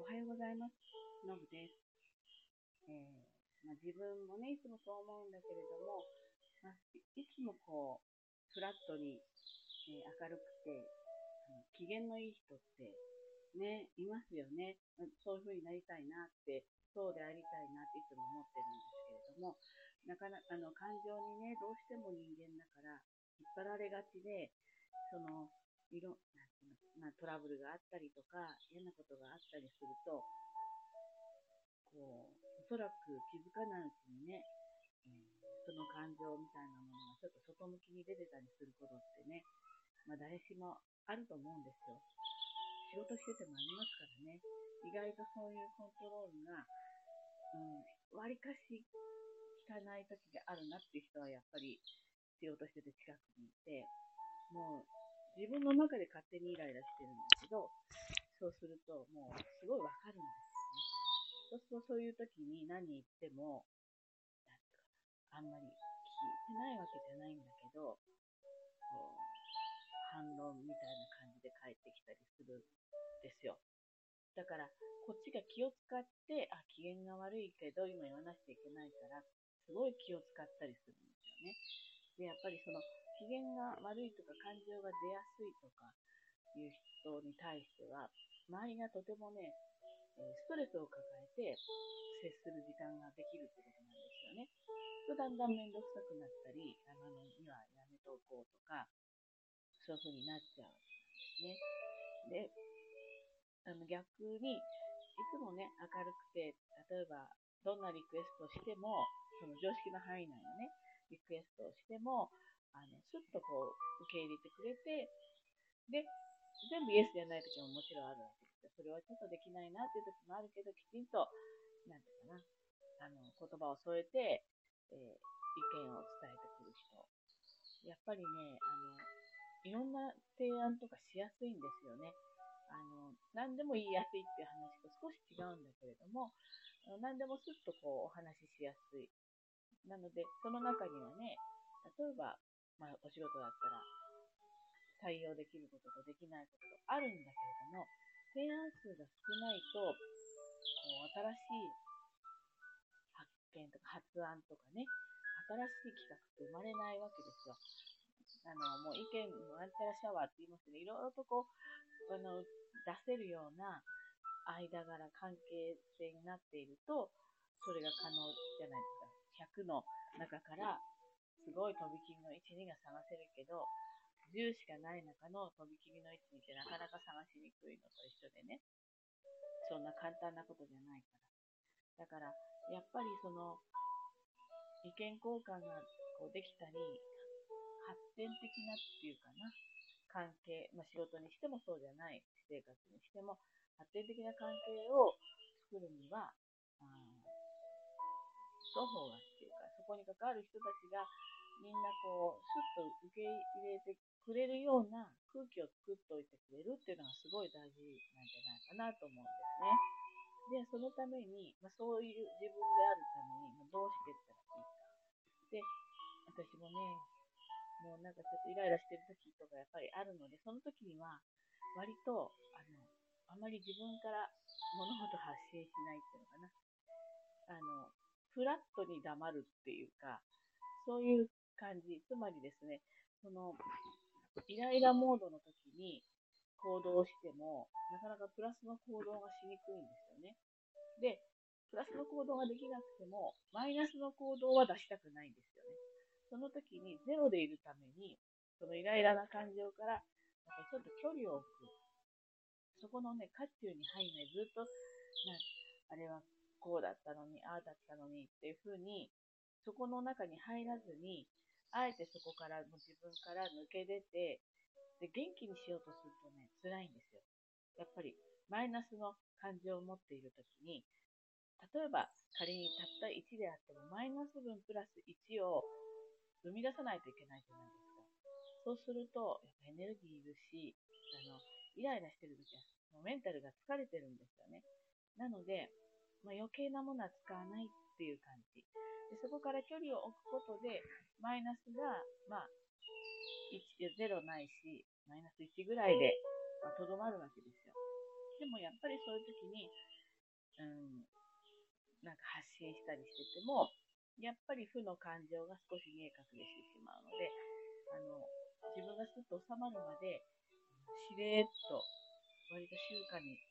おはようございます。のぶです。自分もね、いつもそう思うんだけれども、いつもフラットに、明るくて、機嫌のいい人ってね、いますよね。そういう風になりたいなって、そうでありたいなっていつも思ってるんですけれども、なかなか感情にね、どうしても人間だから引っ張られがちで、その、なんていうの、トラブルがあったりとか、嫌なことがあったりすると、おそらく気づかないうちにね、その感情みたいなものがちょっと外向きに出てたりすることってね、誰しもあると思うんですよ。仕事しててもありますからね。意外とそういうコントロールが、わりかし効かない時があるなっていう人はやっぱり仕事してて近くにいて、もう自分の中で勝手にイライラしてるんだけど、そうするともうすごいわかるんですよね。そうするとそういう時に何言っても、あんまり聞いてないわけじゃないんだけど、反論みたいな感じで返ってきたりするんですよ。だからこっちが気を使って、機嫌が悪いけど今言わなきゃいけないから、すごい気を使ったりするんですよね。で、やっぱりその機嫌が悪いとか感情が出やすいとかいう人に対しては、周りがとてもね、ストレスを抱えて接する時間ができるってことなんですよね。だんだん面倒くさくなったり、にはやめとこうとか、そういう風になっちゃうんですね。で、逆に、いつもね、明るくて、例えば、どんなリクエストをしても、その常識の範囲内のね、リクエストをしても、スッと受け入れてくれて、で、全部イエスじゃない時ももちろんあるわけですよ。それはちょっとできないなっていう時もあるけど、きちんと、なんていうかな、言葉を添えて、意見を伝えてくる人。やっぱりね、いろんな提案とかしやすいんですよね。何でも言いやすいっていう話と少し違うんだけれども、何でもすっとお話ししやすい。なので、その中にはね、例えば、お仕事だったら、採用できることとできないことがあるんだけれども、提案数が少ないと、新しい発見とか発案とかね、新しい企画って生まれないわけですよ。もう意見もなんちゃらシャワーって言いますけど、いろいろと出せるような間柄、関係性になっていると、それが可能じゃないですか。100の中からすごい飛び切りの1、2が探せるけど、10しかない中の飛び切りの1、2ってなかなか探しにくいのと一緒でね、そんな簡単なことじゃないから。だから、やっぱりその意見交換ができたり、発展的なっていうかな、関係、仕事にしてもそうじゃない私生活にしても、発展的な関係を作るには、双方がっていうか、そこに関わる人たちがみんなスッと受け入れてくれるような空気を作っておいてくれるっていうのがすごい大事なんじゃないかなと思うんですね。で、そのために、そういう自分であるために、どうしていったらいいか。で、私もね、もうなんかちょっとイライラしてる時とかやっぱりあるので、その時には割とあまり自分から物事発信しないっていうのかな。フラットに黙るっていうか、そういう感じ。つまりですね、そのイライラモードの時に行動しても、なかなかプラスの行動がしにくいんですよね。で、プラスの行動ができなくても、マイナスの行動は出したくないんですよね。その時にゼロでいるために、そのイライラな感情から、ちょっと距離を置く。そこのね、渦中に入んない。ずっと、あれはこうだったのに、ああだったのにっていう風に、そこの中に入らずに、あえてそこからもう自分から抜け出て、で、元気にしようとするとね、辛いんですよ。やっぱり、マイナスの感情を持っているときに、例えば仮にたった1であっても、マイナス分プラス1を生み出さないといけないじゃないですか。そうすると、やっぱエネルギーいるし、イライラしてるときは、もうメンタルが疲れてるんですよね。なので、余計なものは使わないっていう感じ。で、そこから距離を置くことで、マイナスが、1で0ないし、マイナス1ぐらいで、とどまるわけですよ。 でもやっぱりそういう時に、なんか発信したりしてても、やっぱり負の感情が少し見え隠れしてしまうので、自分がすっと収まるまで、しれーっと、割と静かに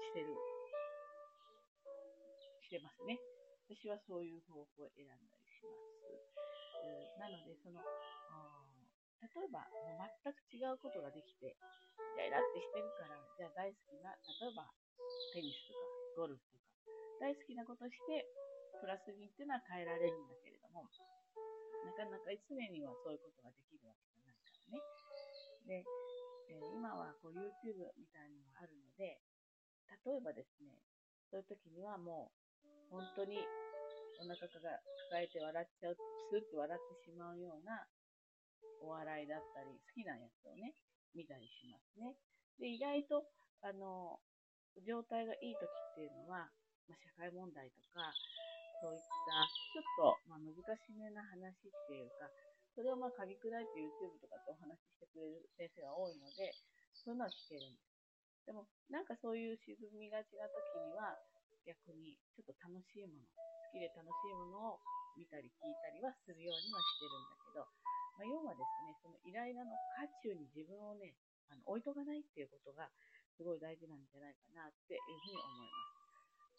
してますね。私はそういう方法を選んだりします。なので、例えば、もう全く違うことができて、イライラってしてるから、じゃあ大好きな、例えばテニスとかゴルフとか、大好きなことして、プラスにっていうのは変えられるんだけれども、なかなか常にはそういうことができるわけじゃないからね。で、今はこう YouTube みたいなのがあるので、例えばですね、そういう時にはもう本当にお腹が抱えて笑っちゃう、スーッと笑ってしまうようなお笑いだったり、好きなやつをね、見たりしますね。で、意外と、状態がいい時っていうのは、社会問題とか、そういったちょっと、難しめな話っていうか、それを噛み砕いて YouTube とかでお話ししてくれる先生が多いので、そういうのは聞けるんです。でも、なんかそういう沈みがちな時には、逆にちょっと楽しいもの、好きで楽しいものを見たり聞いたりはするようにはしてるんだけど、要はですね、そのイライラの渦中に自分をね、置いとかないっていうことがすごい大事なんじゃないかなっていうふうに思います。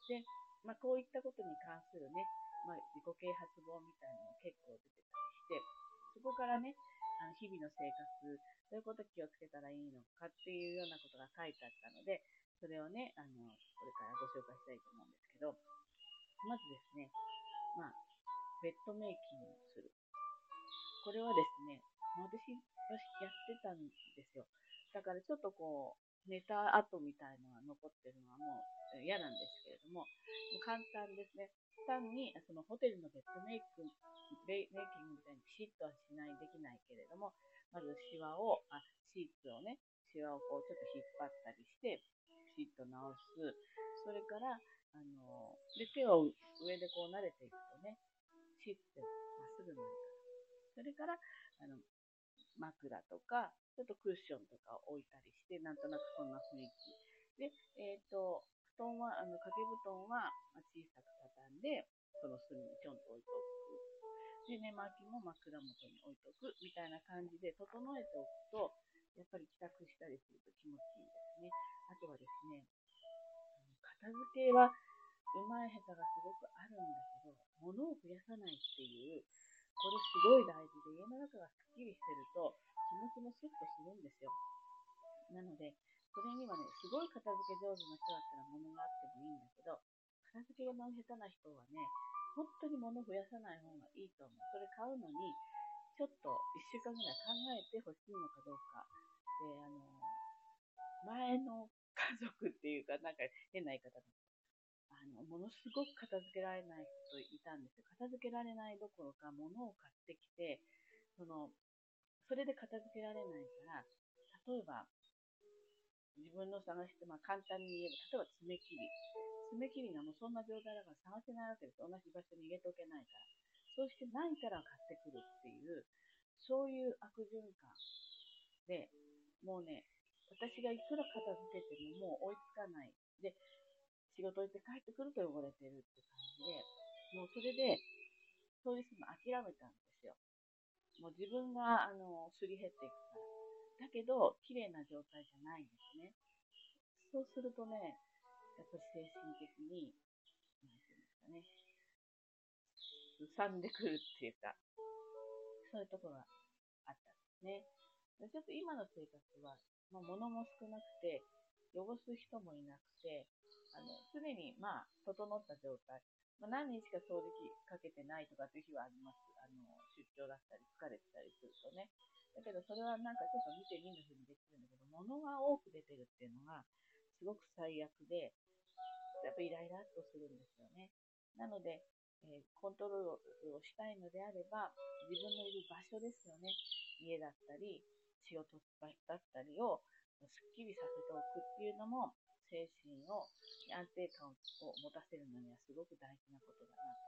で、こういったことに関するね、自己啓発本みたいなのも結構出てたりして、そこからね、日々の生活、どういうこと気をつけたらいいのかっていうようなことが書いてあったので、それをね、これからご紹介したいと思うんですけど、まずですね、ベッドメイキングをする。これはですね、私はやってたんですよ。だからちょっと寝た後みたいのが残ってるのはもう嫌なんですけれども、もう簡単ですね。単にそのホテルのベッドメイキングみたいにピシッとはしない、できないけれども、まずシーツをね、シワをちょっと引っ張ったりして、ピシッと直す。それから、で手を上で撫でていくとね、ピシッとまっすぐになるから。それから、枕とか、ちょっとクッションとかを置いたりして、なんとなくそんな雰囲気。で、布団は、掛け布団は小さく畳んで、その隅にちょんと置いておく。で、寝巻きも枕元に置いておくみたいな感じで整えておくと、やっぱり帰宅したりすると気持ちいいですね。あとはですね、片付けは上手い下手がすごくあるんだけど、物を増やさないっていう、これすごい大事で、家の中がすっきりしてると気持ちもスッとするんですよ。なので、それにはね、すごい片付け上手な人だったら物があってもいいんだけど、片付けが下手な人はね、本当に物増やさない方がいいと思う。それ買うのに、ちょっと1週間ぐらい考えて欲しいのかどうか。で、前の家族っていうか、なんか変な言い方だと、ものすごく片付けられない人いたんですよ。片付けられないどころか、物を買ってきて、それで片付けられないから、例えば、自分の探して、簡単に言えば、例えば爪切り。爪切りがもうそんな状態だから探せないわけです。同じ場所に入れとけないから。そうしてないから買ってくるっていう、そういう悪循環で、もうね、私がいくら片付けてももう追いつかない。で、仕事行って帰ってくると汚れてるって感じで、もうそれで、そういうの諦めたんですよ。もう自分が、すり減っていくから。だけど、綺麗な状態じゃないんですね。そうするとね、やっぱり精神的に、なんていうんですかね、すさんでくるっていうか、そういうところがあったんですね。でちょっと今の生活は、物も少なくて、汚す人もいなくて、常に、整った状態。何日か掃除機かけてないとかっていう日はあります。出張だったり、疲れてたりするとね。だけど、それはなんかちょっと見て見ぬふうにできるんだけど、物が多く出てるっていうのが、すごく最悪で、やっぱイライラっとするんですよね。なので、コントロールをしたいのであれば、自分のいる場所ですよね。家だったり、仕事場だったりをすっきりさせておくっていうのも、精神を安定感を持たせるのにはすごく大事なことだなと思います。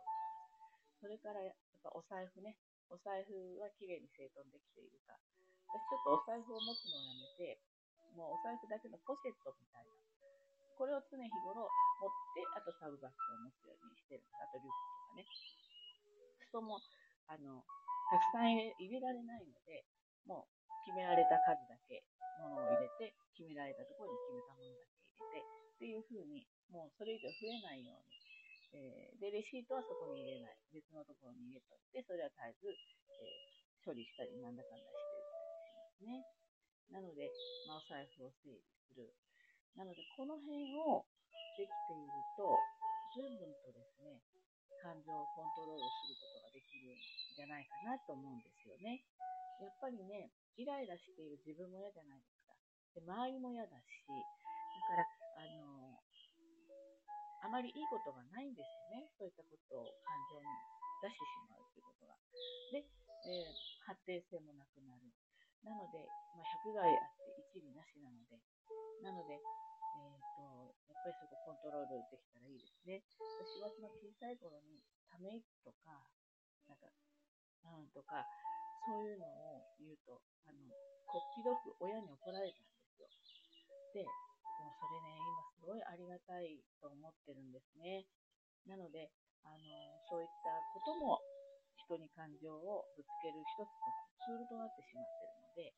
それから、やっぱお財布ね。お財布はきれいに整頓できているか。私ちょっとお財布を持つのをやめて、もうお財布だけのポシェットみたいな。 これを常日頃持って、あとサブバッグを持つようにしてるんです。あとリュックとかね。そうもたくさん入れられないので、もう決められた数だけ物を入れて、決められたところに決めたものだけ入れて、っていう風に、もうそれ以上増えないように、で、レシートはそこに入れない。別のところに入れといて、それは絶えず、処理したり、なんだかんだしていったりしますね。なので、お財布を整理する。なので、この辺をできていると、随分とですね、感情をコントロールすることができるんじゃないかなと思うんですよね。やっぱりね、イライラしている自分も嫌じゃないですか。で、周りも嫌だし、だから、あまりいいことがないんですよね。そういったことを感情に出してしまうということが。で、発展性もなくなる。なので、百害あって一理なしなので、やっぱりそこコントロールできたらいいですね。私はその小さい頃にため息とか、なんか、とか、そういうのを言うと、こっぴどく親に怒られたんですよ。で、もそれね、今すごいありがたいと思ってるんですね。なので、そういったことも人に感情をぶつける一つのツールとなってしまっているので、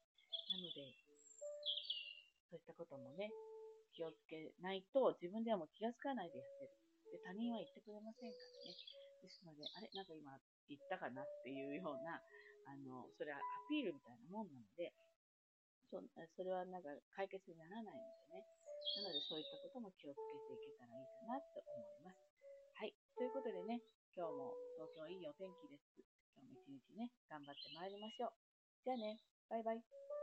そういったこともね、気をつけないと自分ではもう気がつかないでやってる。で、他人は言ってくれませんからね。ですので、あれなんか今言ったかなっていうような、それはアピールみたいなもんなので、それはなんか解決にならないのでね。なのでそういったことも気をつけていけたらいいかなと思います。はい。ということでね、今日も東京いいお天気です。今日も一日ね、頑張ってまいりましょう。じゃあね、バイバイ。